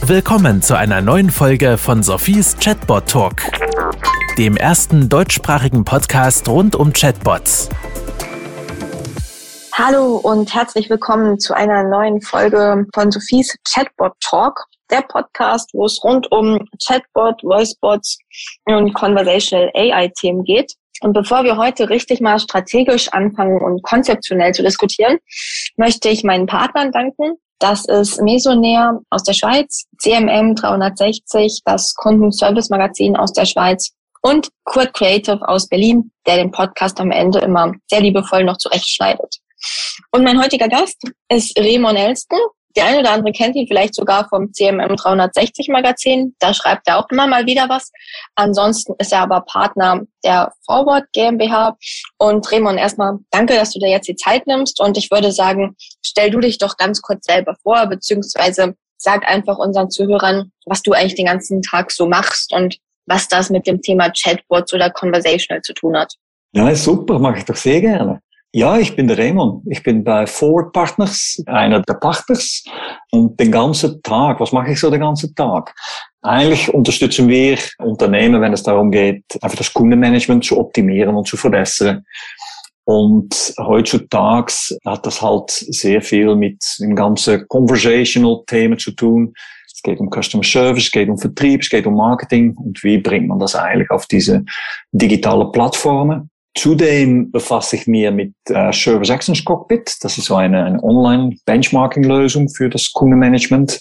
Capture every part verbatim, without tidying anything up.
Willkommen zu einer neuen Folge von Sophies Chatbot Talk, dem ersten deutschsprachigen Podcast rund um Chatbots. Hallo und herzlich willkommen zu einer neuen Folge von Sophies Chatbot Talk, der Podcast, wo es rund um Chatbot, Voicebots und Conversational A I-Themen geht. Und bevor wir heute richtig mal strategisch anfangen und konzeptionell zu diskutieren, möchte ich meinen Partnern danken. Das ist Mesonair aus der Schweiz, C M M dreihundertsechzig, das Kundenservice-Magazin aus der Schweiz und Kurt Creative aus Berlin, der den Podcast am Ende immer sehr liebevoll noch zurechtschneidet. Und mein heutiger Gast ist Raymond Elston. Der eine oder andere kennt ihn vielleicht sogar vom C M M dreihundertsechzig Magazin. Da schreibt er auch immer mal wieder was. Ansonsten ist er aber Partner der Forward GmbH. Und Raymond, erstmal danke, dass du dir jetzt die Zeit nimmst. Und ich würde sagen, stell du dich doch ganz kurz selber vor, beziehungsweise sag einfach unseren Zuhörern, was du eigentlich den ganzen Tag so machst und was das mit dem Thema Chatbots oder Conversational zu tun hat. Ja, super, mache ich doch sehr gerne. Ja, ich bin der Raymond. Ich bin bei Forward Partners, einer der Partners. Und den ganzen Tag, was mache ich so den ganzen Tag? Eigentlich unterstützen wir Unternehmen, wenn es darum geht, einfach das Kundenmanagement zu optimieren und zu verbessern. Und heutzutage hat das halt sehr viel mit den ganzen Conversational-Themen zu tun. Es geht um Customer Service, es geht um Vertrieb, es geht um Marketing. Und wie bringt man das eigentlich auf diese digitale Plattformen? Zudem befasse ich mich mit äh, Service Excellence Cockpit. Das ist so eine, eine Online-Benchmarking-Lösung für das Kundenmanagement.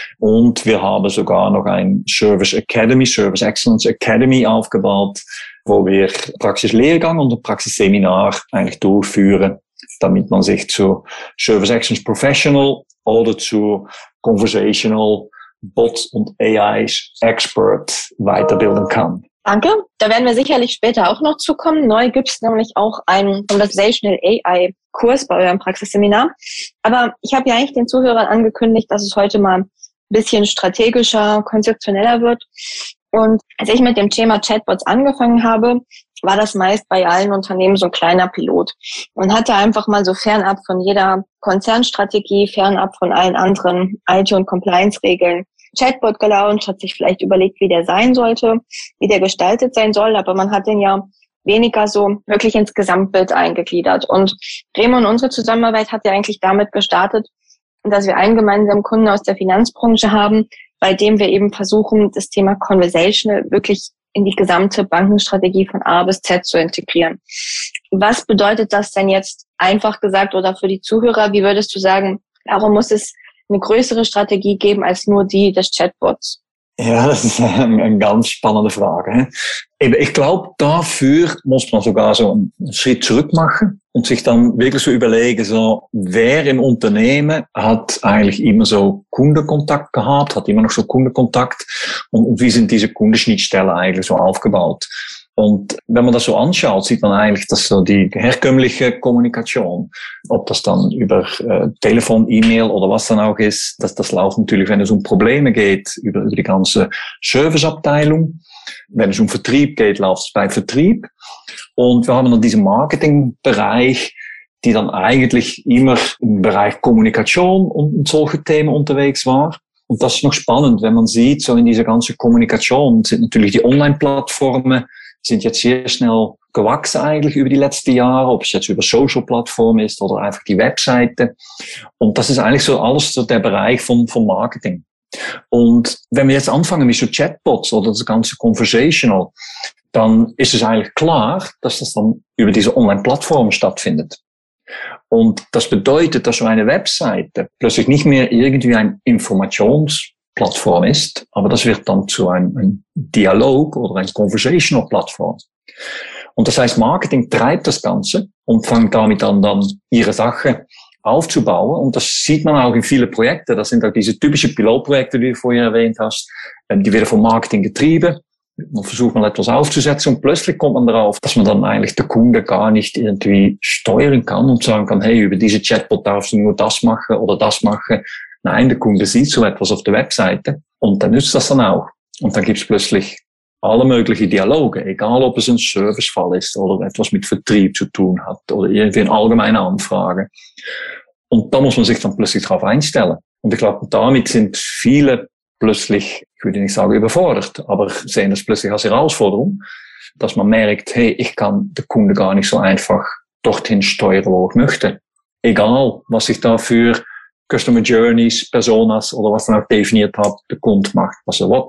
Und wir haben sogar noch ein Service Academy, Service Excellence Academy aufgebaut, wo wir Praxislehrgang und ein Praxisseminar eigentlich durchführen, damit man sich zu Service Excellence Professional oder zu Conversational Bot und A I Expert weiterbilden kann. Danke. Da werden wir sicherlich später auch noch zukommen. Neu gibt es nämlich auch einen Conversational A I-Kurs bei eurem Praxisseminar. Aber ich habe ja eigentlich den Zuhörern angekündigt, dass es heute mal ein bisschen strategischer, konzeptioneller wird. Und als ich mit dem Thema Chatbots angefangen habe, war das meist bei allen Unternehmen so ein kleiner Pilot. Man hatte einfach mal so fernab von jeder Konzernstrategie, fernab von allen anderen I T- und Compliance-Regeln Chatbot gelauncht, hat sich vielleicht überlegt, wie der sein sollte, wie der gestaltet sein soll, aber man hat den ja weniger so wirklich ins Gesamtbild eingegliedert. Und Raymond, unsere Zusammenarbeit hat ja eigentlich damit gestartet, dass wir einen gemeinsamen Kunden aus der Finanzbranche haben, bei dem wir eben versuchen, das Thema Conversational wirklich in die gesamte Bankenstrategie von A bis Z zu integrieren. Was bedeutet das denn jetzt einfach gesagt oder für die Zuhörer? Wie würdest du sagen, warum muss es eine größere Strategie geben als nur die des Chatbots? Ja, das ist eine, eine ganz spannende Frage. Ich glaube, dafür muss man sogar so einen Schritt zurück machen und sich dann wirklich so überlegen, so, wer im Unternehmen hat eigentlich immer so Kundenkontakt gehabt, hat immer noch so Kundenkontakt und, und wie sind diese Kundenschnittstellen eigentlich so aufgebaut? Und wenn man das so anschaut, sieht man eigentlich, dass so die herkömmliche Kommunikation, ob das dann über äh, Telefon, E-Mail oder was dann auch ist, dass das läuft natürlich, wenn es um Probleme geht, über, über die ganze Serviceabteilung. Wenn es um Vertrieb geht, läuft es bei Vertrieb. Und wir haben dann diesen Marketingbereich, die dann eigentlich immer im Bereich Kommunikation und solche Themen unterwegs war. Und das ist noch spannend, wenn man sieht, so in dieser ganzen Kommunikation sind natürlich die Online-Plattformen sind jetzt sehr schnell gewachsen eigentlich über die letzten Jahre, ob es jetzt über Social-Plattformen ist oder einfach die Webseite. Und das ist eigentlich so alles so der Bereich von, von Marketing. Und wenn wir jetzt anfangen mit so Chatbots oder das ganze Conversational, dann ist es eigentlich klar, dass das dann über diese Online-Plattformen stattfindet. Und das bedeutet, dass so eine Webseite plötzlich nicht mehr irgendwie ein Informationsplattform ist, aber das wird dann zu einem, einem Dialog oder ein Conversational Plattform. Und das heißt, Marketing treibt das Ganze und fängt damit an, dann ihre Sache aufzubauen. Und das sieht man auch in vielen Projekten. Das sind auch diese typischen Pilotprojekte, die du vorher erwähnt hast. Die werden vom Marketing getrieben. Man versucht mal etwas aufzusetzen und plötzlich kommt man darauf, dass man dann eigentlich der Kunde gar nicht irgendwie steuern kann und sagen kann, hey, über diese Chatbot darfst du nur das machen oder das machen. Nein, der Kunde sieht so etwas auf der Webseite und dann nützt das dann auch. Und dann gibt es plötzlich alle möglichen Dialoge, egal ob es ein Servicefall ist oder etwas mit Vertrieb zu tun hat oder irgendwie eine allgemeine Anfrage. Und da muss man sich dann plötzlich darauf einstellen. Und ich glaube, damit sind viele plötzlich, ich würde nicht sagen überfordert, aber sehen das plötzlich als Herausforderung, dass man merkt, hey, ich kann den Kunde gar nicht so einfach dorthin steuern, wo ich möchte. Egal, was ich da für Customer Journeys, Personas oder was man auch definiert hat, der Kunde macht, was er will.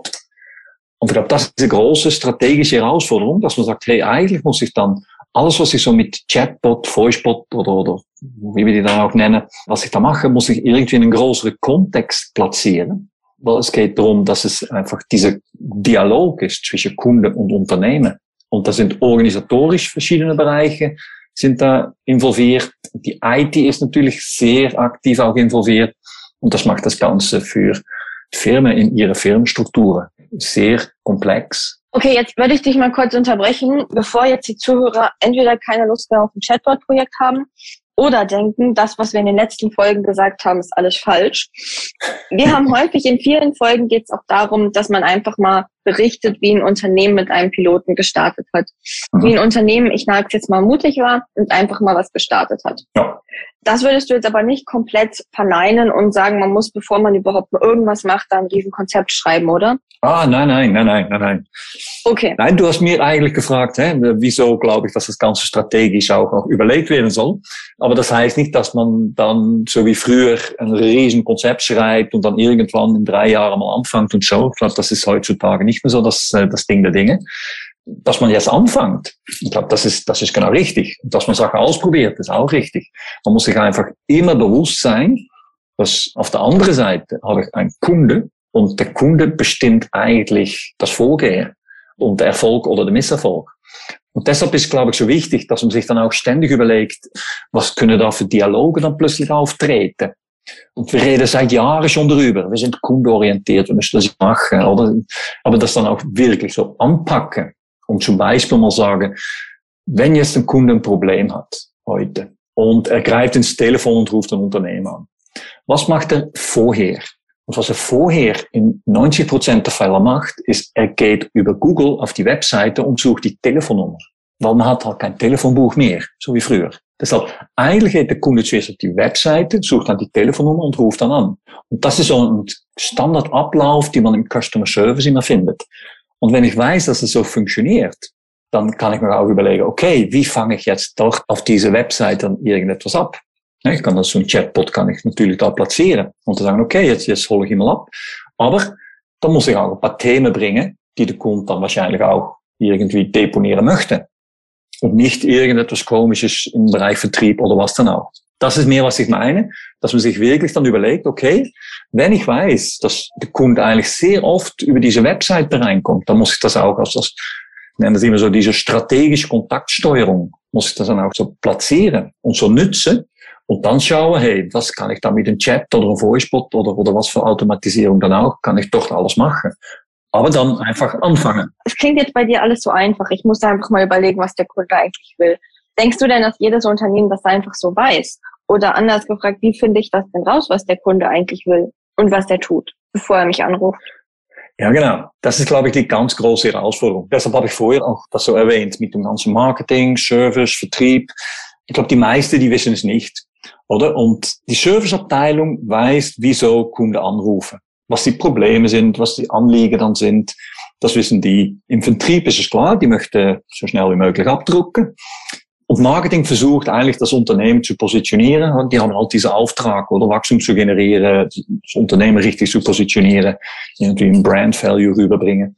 Und ich glaube, das ist eine große strategische Herausforderung, dass man sagt, hey, eigentlich muss ich dann alles, was ich so mit Chatbot, Voicebot oder, oder wie wir die dann auch nennen, was ich da mache, muss ich irgendwie in einen größeren Kontext platzieren. Weil es geht darum, dass es einfach dieser Dialog ist zwischen Kunde und Unternehmen. Und da sind organisatorisch verschiedene Bereiche, sind da involviert. Die I T ist natürlich sehr aktiv auch involviert. Und das macht das Ganze für Firmen in ihrer Firmenstrukturen sehr komplex. Okay, jetzt würde ich dich mal kurz unterbrechen, bevor jetzt die Zuhörer entweder keine Lust mehr auf ein Chatbot-Projekt haben oder denken, das, was wir in den letzten Folgen gesagt haben, ist alles falsch. Wir haben häufig in vielen Folgen geht es auch darum, dass man einfach mal berichtet, wie ein Unternehmen mit einem Piloten gestartet hat. Mhm. Wie ein Unternehmen, ich sage es jetzt mal, mutig war und einfach mal was gestartet hat. Ja. Das würdest du jetzt aber nicht komplett verneinen und sagen, man muss, bevor man überhaupt mal irgendwas macht, da ein Riesenkonzept schreiben, oder? Ah, nein, nein, nein, nein, nein, nein. Okay. Nein, du hast mir eigentlich gefragt, hä, wieso glaube ich, dass das Ganze strategisch auch noch überlegt werden soll. Aber das heißt nicht, dass man dann so wie früher ein riesen Konzept schreibt und dann irgendwann in drei Jahren mal anfängt und so. Ich glaube, das ist heutzutage nicht mehr so das, das Ding der Dinge. Dass man jetzt anfängt, ich glaube, das ist, das ist genau richtig. Und dass man Sachen ausprobiert, ist auch richtig. Man muss sich einfach immer bewusst sein, dass auf der anderen Seite habe ich einen Kunde und der Kunde bestimmt eigentlich das Vorgehen und der Erfolg oder der Misserfolg. Und deshalb ist, glaube ich, so wichtig, dass man sich dann auch ständig überlegt, was können da für Dialoge dann plötzlich auftreten. Und wir reden seit Jahren schon darüber. Wir sind kundenorientiert, wir müssen das machen, oder? Aber das dann auch wirklich so anpacken. Und zum Beispiel mal sagen, wenn jetzt ein Kunde ein Problem hat heute und er greift ins Telefon und ruft ein Unternehmen an, was macht er vorher? Und was er vorher in neunzig Prozent der Fälle macht, ist, er geht über Google auf die Webseite und sucht die Telefonnummer. Weil man hat halt kein Telefonbuch mehr, so wie früher. Deshalb, eigentlich geht der Kunde zuerst auf die Webseite, sucht dann die Telefonnummer und ruft dann an. Und das ist so ein Standardablauf, den man im Customer Service immer findet. Und wenn ich weiß, dass es so funktioniert, dann kann ich mir auch überlegen, okay, wie fange ich jetzt doch auf diese Webseite dann irgendetwas ab? Ich kann das, so ein Chatbot kann ich natürlich da platzieren und dann sagen, okay, jetzt, jetzt hole ich ihn mal ab. Aber dann muss ich auch ein paar Themen bringen, die der Kunde dann wahrscheinlich auch irgendwie deponieren möchte. Und nicht irgendetwas Komisches im Bereich Vertrieb oder was dann auch. Das ist mehr, was ich meine, dass man sich wirklich dann überlegt, okay, wenn ich weiß, dass der Kunde eigentlich sehr oft über diese Webseite reinkommt, dann muss ich das auch als, als ich nenne das immer so, diese strategische Kontaktsteuerung, muss ich das dann auch so platzieren und so nützen und dann schauen, hey, was kann ich da mit dem Chat oder einem Voicebot oder, oder was für Automatisierung dann auch, kann ich doch alles machen. Aber dann einfach anfangen. Es klingt jetzt bei dir alles so einfach. Ich muss einfach mal überlegen, was der Kunde eigentlich will. Denkst du denn, dass jedes Unternehmen das einfach so weiß? Oder anders gefragt, wie finde ich das denn raus, was der Kunde eigentlich will und was der tut, bevor er mich anruft? Ja, genau. Das ist, glaube ich, die ganz große Herausforderung. Deshalb habe ich vorher auch das so erwähnt mit dem ganzen Marketing, Service, Vertrieb. Ich glaube, die meisten, die wissen es nicht, oder? Und die Serviceabteilung weiß, wieso Kunden anrufen, was die Probleme sind, was die Anliegen dann sind. Das wissen die. Im Vertrieb ist es klar, die möchte so schnell wie möglich abdrucken. Und Marketing versucht eigentlich, das Unternehmen zu positionieren. Die haben halt diesen Auftrag, oder Wachstum zu generieren, das Unternehmen richtig zu positionieren, irgendwie ein Brand Value rüberbringen.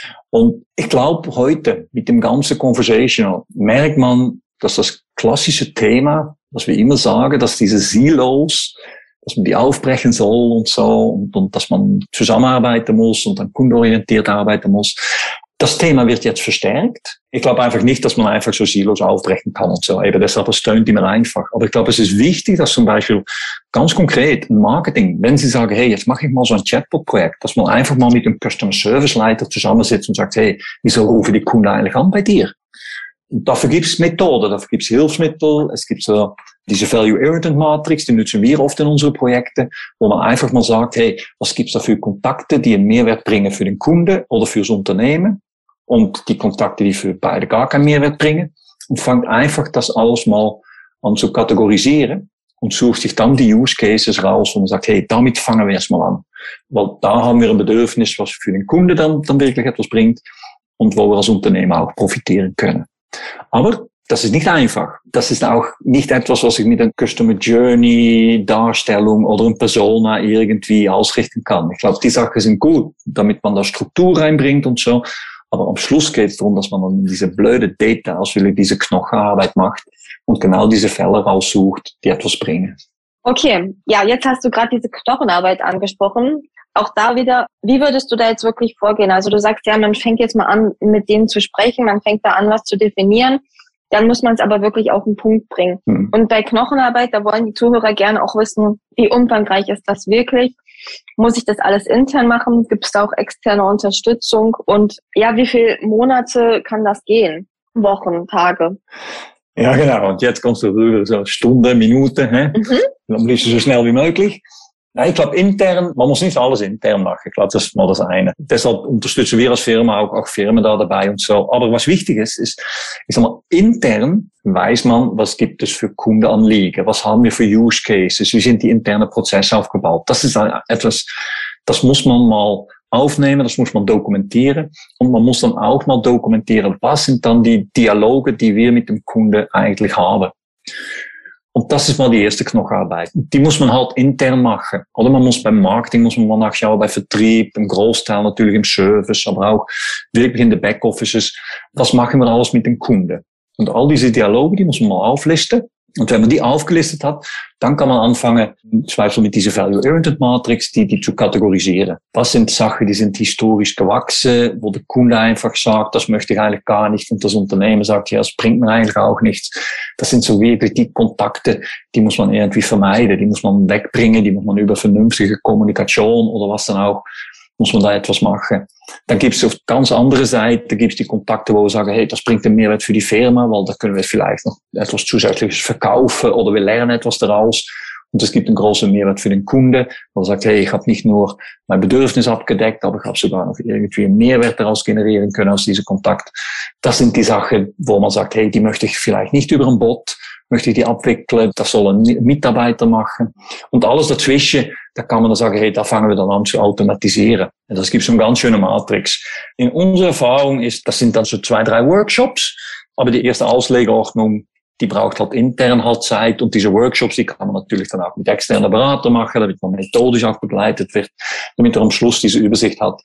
Und ich glaube, heute mit dem ganzen Conversational merkt man, dass das klassische Thema, was wir immer sagen, dass diese Silos, dass man die aufbrechen soll und so, und, und dass man zusammenarbeiten muss und dann kundenorientiert arbeiten muss. Das Thema wird jetzt verstärkt. Ich glaube einfach nicht, dass man einfach so Silos aufbrechen kann und so. Eben deshalb, es tönt immer einfach. Aber ich glaube, es ist wichtig, dass zum Beispiel ganz konkret im Marketing, wenn Sie sagen, hey, jetzt mache ich mal so ein Chatbot-Projekt, dass man einfach mal mit dem Customer Service Leiter zusammensitzt und sagt, hey, wieso rufen die Kunden eigentlich an bei dir? Und dafür gibt es Methoden, dafür gibt es Hilfsmittel, es gibt so diese Value Irritant Matrix, die nutzen wir oft in unseren Projekten, wo man einfach mal sagt, hey, was gibt's da für Kontakte, die einen Mehrwert bringen für den Kunde oder fürs Unternehmen und die Kontakte, die für beide gar keinen Mehrwert bringen und fangt einfach das alles mal an zu kategorisieren und sucht sich dann die Use Cases raus und sagt, hey, damit fangen wir erstmal an. Weil da haben wir ein Bedürfnis, was für den Kunde dann, dann wirklich etwas bringt und wo wir als Unternehmer auch profitieren können. Aber das ist nicht einfach. Das ist auch nicht etwas, was ich mit einer Customer Journey Darstellung oder einer Persona irgendwie ausrichten kann. Ich glaube, die Sachen sind gut, damit man da Struktur reinbringt und so. Aber am Schluss geht es darum, dass man dann diese blöde Data auswählt, diese Knochenarbeit macht und genau diese Fälle raussucht, die etwas bringen. Okay, ja, jetzt hast du gerade diese Knochenarbeit angesprochen. Auch da wieder, wie würdest du da jetzt wirklich vorgehen? Also du sagst ja, man fängt jetzt mal an, mit denen zu sprechen, man fängt da an, was zu definieren. Dann muss man es aber wirklich auf den Punkt bringen. Mhm. Und bei Knochenarbeit, da wollen die Zuhörer gerne auch wissen, wie umfangreich ist das wirklich? Muss ich das alles intern machen? Gibt es da auch externe Unterstützung? Und ja, wie viele Monate kann das gehen? Wochen, Tage? Ja, genau. Und jetzt kommst du rüber, so Stunde, Minute, hä? Mhm. Am liebsten so schnell wie möglich. Ja, ich glaube, intern, man muss nicht alles intern machen. Ich glaube, das ist mal das eine. Deshalb unterstützen wir als Firma auch, auch Firmen da dabei und so. Aber was wichtig ist, ist, ich sag mal, intern weiß man, was gibt es für Kundenanliegen, was haben wir für Use Cases, wie sind die internen Prozesse aufgebaut. Das ist etwas, das muss man mal aufnehmen, das muss man dokumentieren und man muss dann auch mal dokumentieren, was sind dann die Dialoge, die wir mit dem Kunden eigentlich haben. Und das ist mal die erste Knochenarbeit. Die muss man halt intern machen. Oder man muss beim Marketing, muss man mal nachschauen, bei Vertrieb, im Großteil natürlich im Service, aber auch wirklich in den Backoffices. Was machen wir alles mit dem Kunden? Und all diese Dialoge, die muss man mal auflisten. Und wenn man die aufgelistet hat, dann kann man anfangen, zum Beispiel mit dieser Value-Oriented Matrix, die, die zu kategorisieren. Was sind Sachen, die sind historisch gewachsen, wo der Kunde einfach sagt, das möchte ich eigentlich gar nicht, und das Unternehmen sagt, ja, das bringt mir eigentlich auch nichts. Das sind so wirklich die Kontakte, die muss man irgendwie vermeiden, die muss man wegbringen, die muss man über vernünftige Kommunikation oder was dann auch, muss man da etwas machen. Dann gibt es auf ganz andere Seite, gibt es die Kontakte, wo wir sagen, hey, das bringt einen Mehrwert für die Firma, weil da können wir vielleicht noch etwas Zusätzliches verkaufen oder wir lernen etwas daraus. Und es gibt einen großen Mehrwert für den Kunde, weil er sagt, hey, ich habe nicht nur mein Bedürfnis abgedeckt, aber ich habe sogar noch irgendwie einen Mehrwert daraus generieren können aus diesem Kontakt. Das sind die Sachen, wo man sagt, hey, die möchte ich vielleicht nicht über einen Bot, möchte ich die abwickeln, das soll ein Mitarbeiter machen. Und alles dazwischen, da kann man dann sagen, hey, da fangen wir dann an zu automatisieren. Und das gibt so eine ganz schöne Matrix. In unserer Erfahrung ist, das sind dann so zwei, drei Workshops, aber die erste Auslegeordnung, die braucht halt intern halt Zeit, und diese Workshops, die kann man natürlich dann auch mit externen Beratern machen, damit man methodisch auch begleitet wird, damit er am Schluss diese Übersicht hat.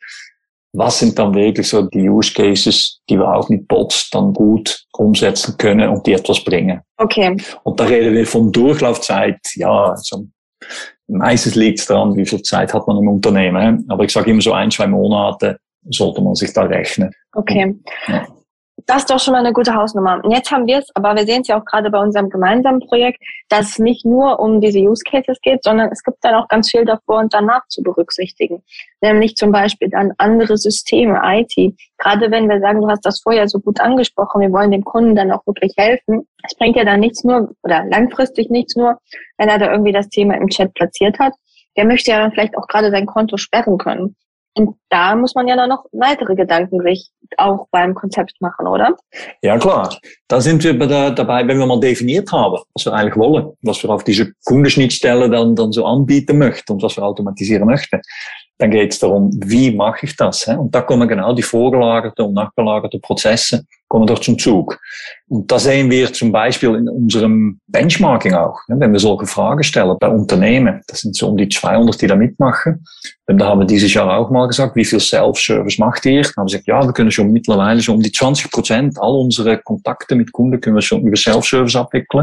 Was sind dann wirklich so die Use Cases, die wir auch mit Bots dann gut umsetzen können und die etwas bringen? Okay. Und da reden wir von Durchlaufzeit. Ja, also meistens liegt es daran, wie viel Zeit hat man im Unternehmen. Aber ich sage immer so ein, zwei Monate sollte man sich da rechnen. Okay. Ja. Das ist doch schon mal eine gute Hausnummer. Und jetzt haben wir es, aber wir sehen es ja auch gerade bei unserem gemeinsamen Projekt, dass es nicht nur um diese Use Cases geht, sondern es gibt dann auch ganz viel davor und danach zu berücksichtigen. Nämlich zum Beispiel dann andere Systeme, I T. Gerade wenn wir sagen, du hast das vorher so gut angesprochen, wir wollen dem Kunden dann auch wirklich helfen. Es bringt ja dann nichts nur, oder langfristig nichts nur, wenn er da irgendwie das Thema im Chat platziert hat. Der möchte ja dann vielleicht auch gerade sein Konto sperren können. Und da muss man ja dann noch weitere Gedanken sich auch beim Konzept machen, oder? Ja, klar. Da sind wir bei der, dabei, wenn wir mal definiert haben, was wir eigentlich wollen, was wir auf diese Kundenschnittstelle dann, dann so anbieten möchten und was wir automatisieren möchten. Dann geht es darum, wie mache ich das? He? Und da kommen genau die vorgelagerten und nachgelagerten Prozesse kommen doch zum Zug. Und da sehen wir zum Beispiel in unserem Benchmarking auch, ne, wenn wir solche Fragen stellen bei Unternehmen, das sind so um die zweihundert, die da mitmachen. Und da haben wir dieses Jahr auch mal gesagt, wie viel Self-Service macht ihr? Da haben wir gesagt, ja, wir können schon mittlerweile so um die zwanzig Prozent all unsere Kontakte mit Kunden können wir schon über Self-Service abwickeln.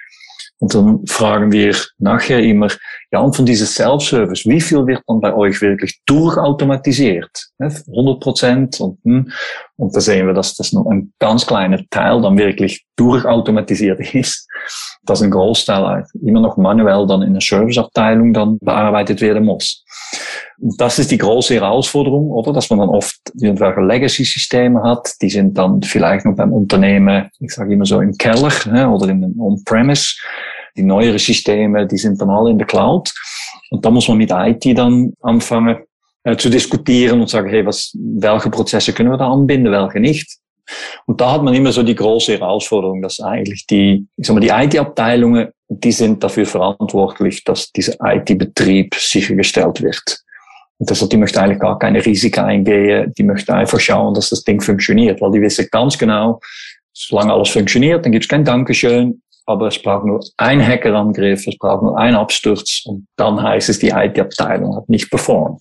Und dann fragen wir nachher immer, ja, und von diesem Self-Service, wie viel wird dann bei euch wirklich durchautomatisiert? hundert Prozent. Und, und da sehen wir, dass das noch ein ganz kleiner Teil dann wirklich durchautomatisiert ist, dass ein Großteil immer noch manuell dann in der Serviceabteilung dann bearbeitet werden muss. Und das ist die große Herausforderung, oder? Dass man dann oft irgendwelche Legacy-Systeme hat, die sind dann vielleicht noch beim Unternehmen, ich sage immer so, im Keller, ne, oder in On-Premise. Die neueren Systeme, die sind dann alle in der Cloud. Und da muss man mit I T dann anfangen äh, zu diskutieren und sagen, hey, was, welche Prozesse können wir da anbinden, welche nicht? Und da hat man immer so die große Herausforderung, dass eigentlich die, ich sag mal, die I T-Abteilungen, die sind dafür verantwortlich, dass dieser I T-Betrieb sichergestellt wird. Und deshalb, die möchten eigentlich gar keine Risiken eingehen, die möchten einfach schauen, dass das Ding funktioniert, weil die wissen ganz genau, solange alles funktioniert, dann gibt's kein Dankeschön, aber es braucht nur ein Hackerangriff, es braucht nur ein Absturz und dann heißt es, die I T-Abteilung hat nicht performt.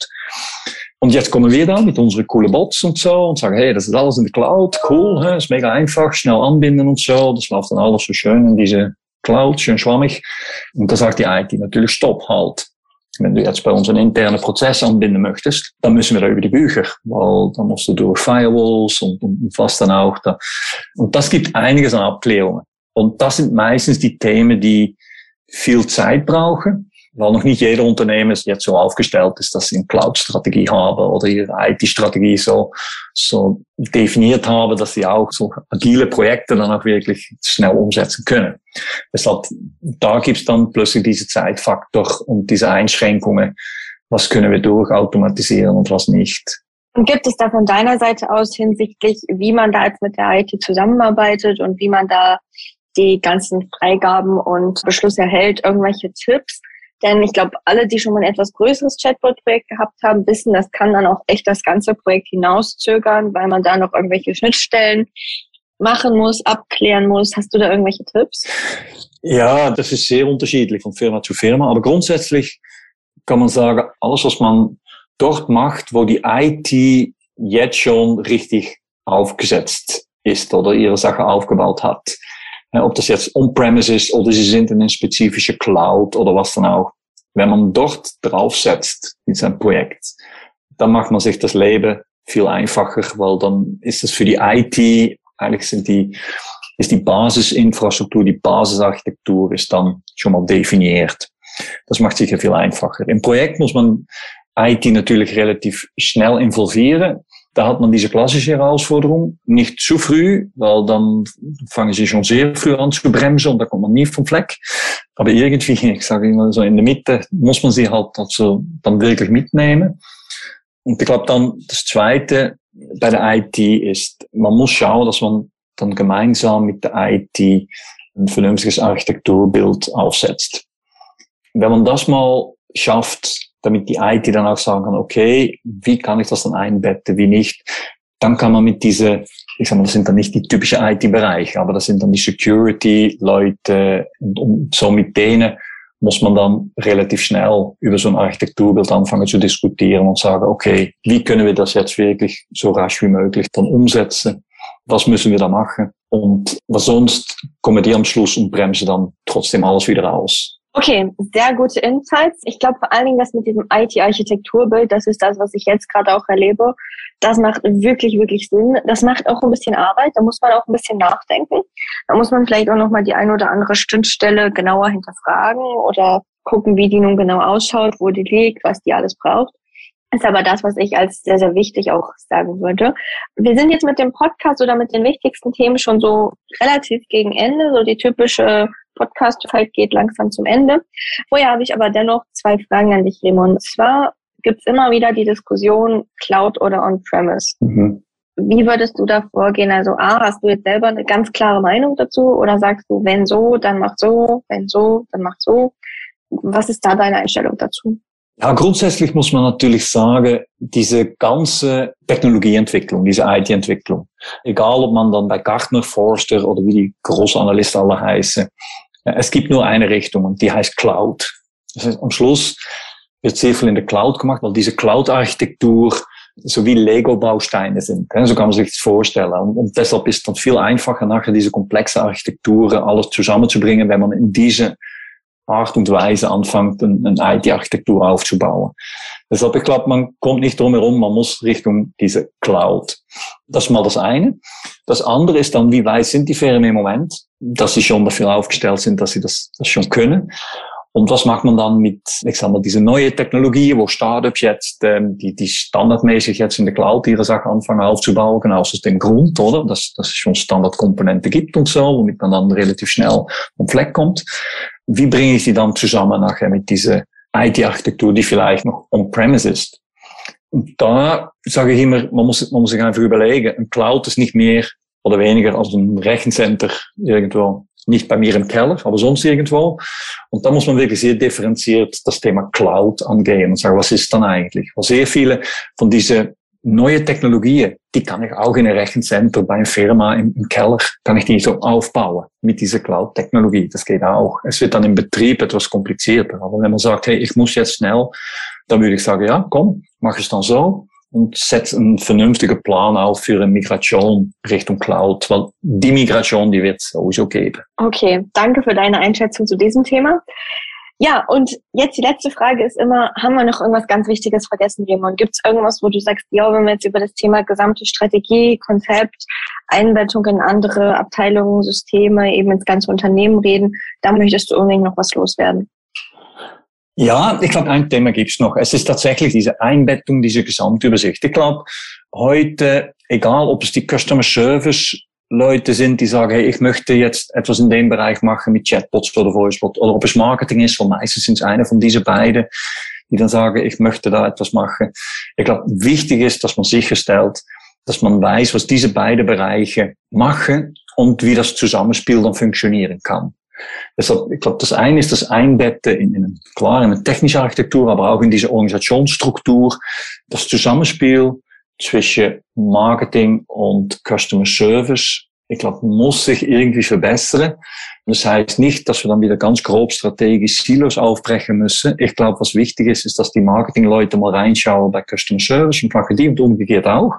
Und jetzt kommen wir da mit unseren coolen Bots und so und sagen, hey, das ist alles in der Cloud, cool, hä? Ist mega einfach, schnell anbinden und so, das läuft dann alles so schön in diese Cloud, schön schwammig. Und da sagt die I T natürlich, stopp, halt. Wenn du jetzt bei uns einen internen Prozess anbinden möchtest, dann müssen wir da über die Bücher, weil dann musst du durch Firewalls und, und, und was dann auch da. Und das gibt einiges an Abklärungen. Und das sind meistens die Themen, die viel Zeit brauchen, weil noch nicht jeder Unternehmen jetzt so aufgestellt ist, dass sie eine Cloud-Strategie haben oder ihre I T-Strategie so, so definiert haben, dass sie auch so agile Projekte dann auch wirklich schnell umsetzen können. Deshalb, da gibt's dann plötzlich diesen Zeitfaktor und diese Einschränkungen. Was können wir durchautomatisieren und was nicht? Und gibt es da von deiner Seite aus hinsichtlich, wie man da jetzt mit der I T zusammenarbeitet und wie man da die ganzen Freigaben und Beschlüsse erhält, irgendwelche Tipps? Denn ich glaube, alle, die schon mal ein etwas größeres Chatbot-Projekt gehabt haben, wissen, das kann dann auch echt das ganze Projekt hinauszögern, weil man da noch irgendwelche Schnittstellen machen muss, abklären muss. Hast du da irgendwelche Tipps? Ja, das ist sehr unterschiedlich von Firma zu Firma. Aber grundsätzlich kann man sagen, alles, was man dort macht, wo die I T jetzt schon richtig aufgesetzt ist oder ihre Sache aufgebaut hat, ob das jetzt on-premise ist oder sie sind in eine spezifische Cloud oder was dann auch. Wenn man dort draufsetzt in sein Projekt, dann macht man sich das Leben viel einfacher, weil dann ist es für die I T, eigentlich sind die, ist die Basisinfrastruktur, die Basisarchitektur ist dann schon mal definiert. Das macht sicher viel einfacher. Im Projekt muss man I T natürlich relativ schnell involvieren. Da hat man diese klassische Herausforderung, nicht zu früh, weil dann fangen sie schon sehr früh an zu bremsen und da kommt man nie vom Fleck. Aber irgendwie, ich sage immer so in der Mitte, muss man sie halt also dann wirklich mitnehmen. Und ich glaube dann, das Zweite bei der I T ist, man muss schauen, dass man dann gemeinsam mit der I T ein vernünftiges Architekturbild aufsetzt. Wenn man das mal schafft, damit die I T dann auch sagen kann, okay, wie kann ich das dann einbetten, wie nicht, dann kann man mit diese, ich sag mal, das sind dann nicht die typischen I T-Bereiche, aber das sind dann die Security-Leute und, und so mit denen muss man dann relativ schnell über so ein Architekturbild anfangen zu diskutieren und sagen, okay, wie können wir das jetzt wirklich so rasch wie möglich dann umsetzen? Was müssen wir da machen? Und was sonst kommen die am Schluss und bremsen dann trotzdem alles wieder aus. Okay, sehr gute Insights. Ich glaube vor allen Dingen, das mit diesem I T-Architekturbild, das ist das, was ich jetzt gerade auch erlebe. Das macht wirklich, wirklich Sinn. Das macht auch ein bisschen Arbeit. Da muss man auch ein bisschen nachdenken. Da muss man vielleicht auch nochmal die eine oder andere Schnittstelle genauer hinterfragen oder gucken, wie die nun genau ausschaut, wo die liegt, was die alles braucht. Ist aber das, was ich als sehr, sehr wichtig auch sagen würde. Wir sind jetzt mit dem Podcast oder mit den wichtigsten Themen schon so relativ gegen Ende, so die typische Podcast-Zeit geht langsam zum Ende. Vorher habe ich aber dennoch zwei Fragen an dich, Raymond. Und zwar gibt es immer wieder die Diskussion Cloud oder On-Premise. Mhm. Wie würdest du da vorgehen? Also A, hast du jetzt selber eine ganz klare Meinung dazu oder sagst du, wenn so, dann mach so, wenn so, dann mach so? Was ist da deine Einstellung dazu? Ja, grundsätzlich muss man natürlich sagen, diese ganze Technologieentwicklung, diese I T-Entwicklung, egal ob man dann bei Gartner, Forrester oder wie die Großanalysten alle heißen, es gibt nur eine Richtung und die heißt Cloud. Das heißt, am Schluss wird sehr viel in der Cloud gemacht, weil diese Cloud-Architektur so wie Lego-Bausteine sind. So kann man sich das vorstellen. Und deshalb ist es dann viel einfacher, nachher diese komplexe Architekturen alles zusammenzubringen, wenn man in diese Art und Weise anfängt, eine I T-Architektur aufzubauen. Deshalb, ich glaube, man kommt nicht drum herum, man muss Richtung diese Cloud. Das ist mal das eine. Das andere ist dann, wie weit sind die Firmen im Moment, dass sie schon dafür aufgestellt sind, dass sie das, das schon können. Und was macht man dann mit, ich sag mal, diese neue Technologie, wo Startups jetzt, ähm, die, die standardmäßig jetzt in der Cloud ihre Sachen anfangen aufzubauen, genau aus dem Grund, oder? Dass, dass es schon Standardkomponente gibt und so, womit man dann relativ schnell vom Fleck kommt. Wie bringe ich die dann zusammen nachher mit dieser I T-Architektur, die vielleicht noch on-premise ist? Und da sage ich immer, man muss, man muss sich einfach überlegen, ein Cloud ist nicht mehr oder weniger als ein Rechencenter irgendwo. Nicht bei mir im Keller, aber sonst irgendwo. Und da muss man wirklich sehr differenziert das Thema Cloud angehen und sagen, was ist dann eigentlich? Weil sehr viele von diesen neuen Technologien, die kann ich auch in einem Rechencenter bei einer Firma im, im Keller, kann ich die so aufbauen mit dieser Cloud-Technologie. Das geht auch. Es wird dann im Betrieb etwas komplizierter. Aber wenn man sagt, hey, ich muss jetzt schnell, dann würde ich sagen, ja, komm, mach es dann so. Und setzt einen vernünftigen Plan auf für eine Migration Richtung Cloud, weil die Migration, die wird es sowieso geben. Okay, danke für deine Einschätzung zu diesem Thema. Ja, und jetzt die letzte Frage ist immer, haben wir noch irgendwas ganz Wichtiges vergessen, Raymond? Gibt es irgendwas, wo du sagst, ja, wenn wir jetzt über das Thema gesamte Strategie, Konzept, Einbettung in andere Abteilungen, Systeme, eben ins ganze Unternehmen reden, da möchtest du unbedingt noch was loswerden? Ja, ich glaube, ein Thema gibt's noch. Es ist tatsächlich diese Einbettung, diese Gesamtübersicht. Ich glaube, heute, egal ob es die Customer Service Leute sind, die sagen, hey, ich möchte jetzt etwas in dem Bereich machen mit Chatbots oder Voicebot, oder ob es Marketing ist, weil meistens sind es eine von diesen beiden, die dann sagen, ich möchte da etwas machen. Ich glaube, wichtig ist, dass man sicherstellt, dass man weiß, was diese beiden Bereiche machen und wie das Zusammenspiel dann funktionieren kann. Deshalb, ich glaube, das eine ist das Einbetten in, in, klar, in eine technische Architektur, aber auch in diese Organisationsstruktur, das Zusammenspiel zwischen Marketing und Customer Service, ich glaube, muss sich irgendwie verbessern. Das heißt nicht, dass wir dann wieder ganz grob strategisch Silos aufbrechen müssen. Ich glaube, was wichtig ist, ist, dass die Marketingleute mal reinschauen bei Customer Service und machen die und umgekehrt auch.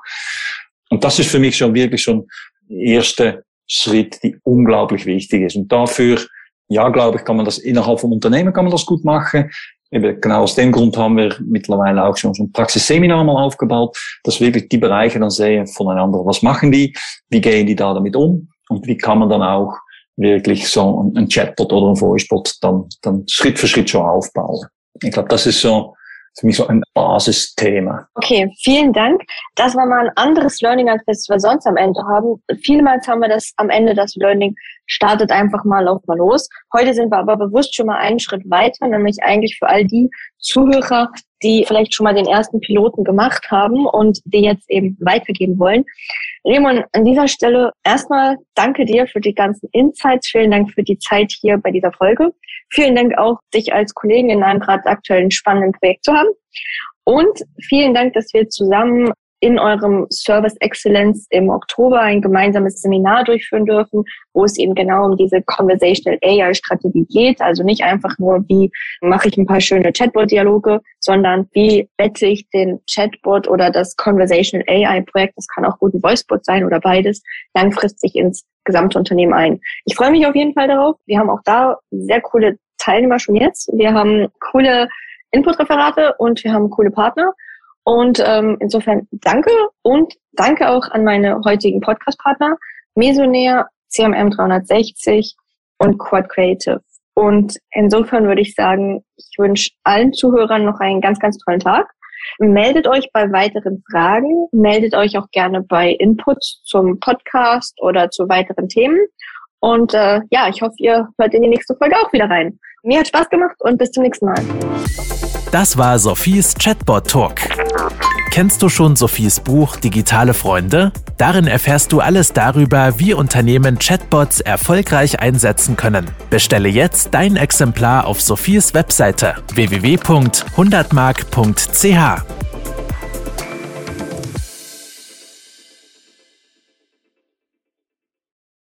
Und das ist für mich schon wirklich so ein erster Schritt, die unglaublich wichtig ist. Und dafür, ja, glaube ich, kann man das innerhalb vom Unternehmen kann man das gut machen. Eben genau aus dem Grund haben wir mittlerweile auch schon so ein Praxisseminar mal aufgebaut, dass wirklich die Bereiche dann sehen voneinander, was machen die, wie gehen die da damit um und wie kann man dann auch wirklich so ein Chatbot oder ein Voicebot dann, dann Schritt für Schritt schon aufbauen. Ich glaube, das ist so für mich so ein Basisthema. Okay, vielen Dank. Das war mal ein anderes Learning, als wir sonst am Ende haben. Vielmals haben wir das am Ende, das Learning startet einfach mal, lauft mal los. Heute sind wir aber bewusst schon mal einen Schritt weiter, nämlich eigentlich für all die Zuhörer, die vielleicht schon mal den ersten Piloten gemacht haben und die jetzt eben weitergeben wollen. Raymond, an dieser Stelle erstmal danke dir für die ganzen Insights. Vielen Dank für die Zeit hier bei dieser Folge. Vielen Dank auch, dich als Kollegen in einem gerade aktuellen spannenden Projekt zu haben. Und vielen Dank, dass wir zusammen in eurem Service Excellence im Oktober ein gemeinsames Seminar durchführen dürfen, wo es eben genau um diese Conversational A I-Strategie geht. Also nicht einfach nur, wie mache ich ein paar schöne Chatbot-Dialoge, sondern wie bette ich den Chatbot oder das Conversational A I-Projekt, das kann auch gut ein Voicebot sein oder beides, langfristig ins gesamte Unternehmen ein. Ich freue mich auf jeden Fall darauf. Wir haben auch da sehr coole Teilnehmer schon jetzt. Wir haben coole Input-Referate und wir haben coole Partner. Und ähm, insofern danke und danke auch an meine heutigen Podcast-Partner Mesonair, C M M dreihundertsechzig und Quad Creative. Und insofern würde ich sagen, ich wünsche allen Zuhörern noch einen ganz, ganz tollen Tag. Meldet euch bei weiteren Fragen, meldet euch auch gerne bei Inputs zum Podcast oder zu weiteren Themen. Und äh, ja, ich hoffe, ihr hört in die nächste Folge auch wieder rein. Mir hat Spaß gemacht und bis zum nächsten Mal. Das war Sophies Chatbot Talk. Kennst du schon Sophies Buch Digitale Freunde? Darin erfährst du alles darüber, wie Unternehmen Chatbots erfolgreich einsetzen können. Bestelle jetzt dein Exemplar auf Sophies Webseite w w w punkt hundertmark punkt c h.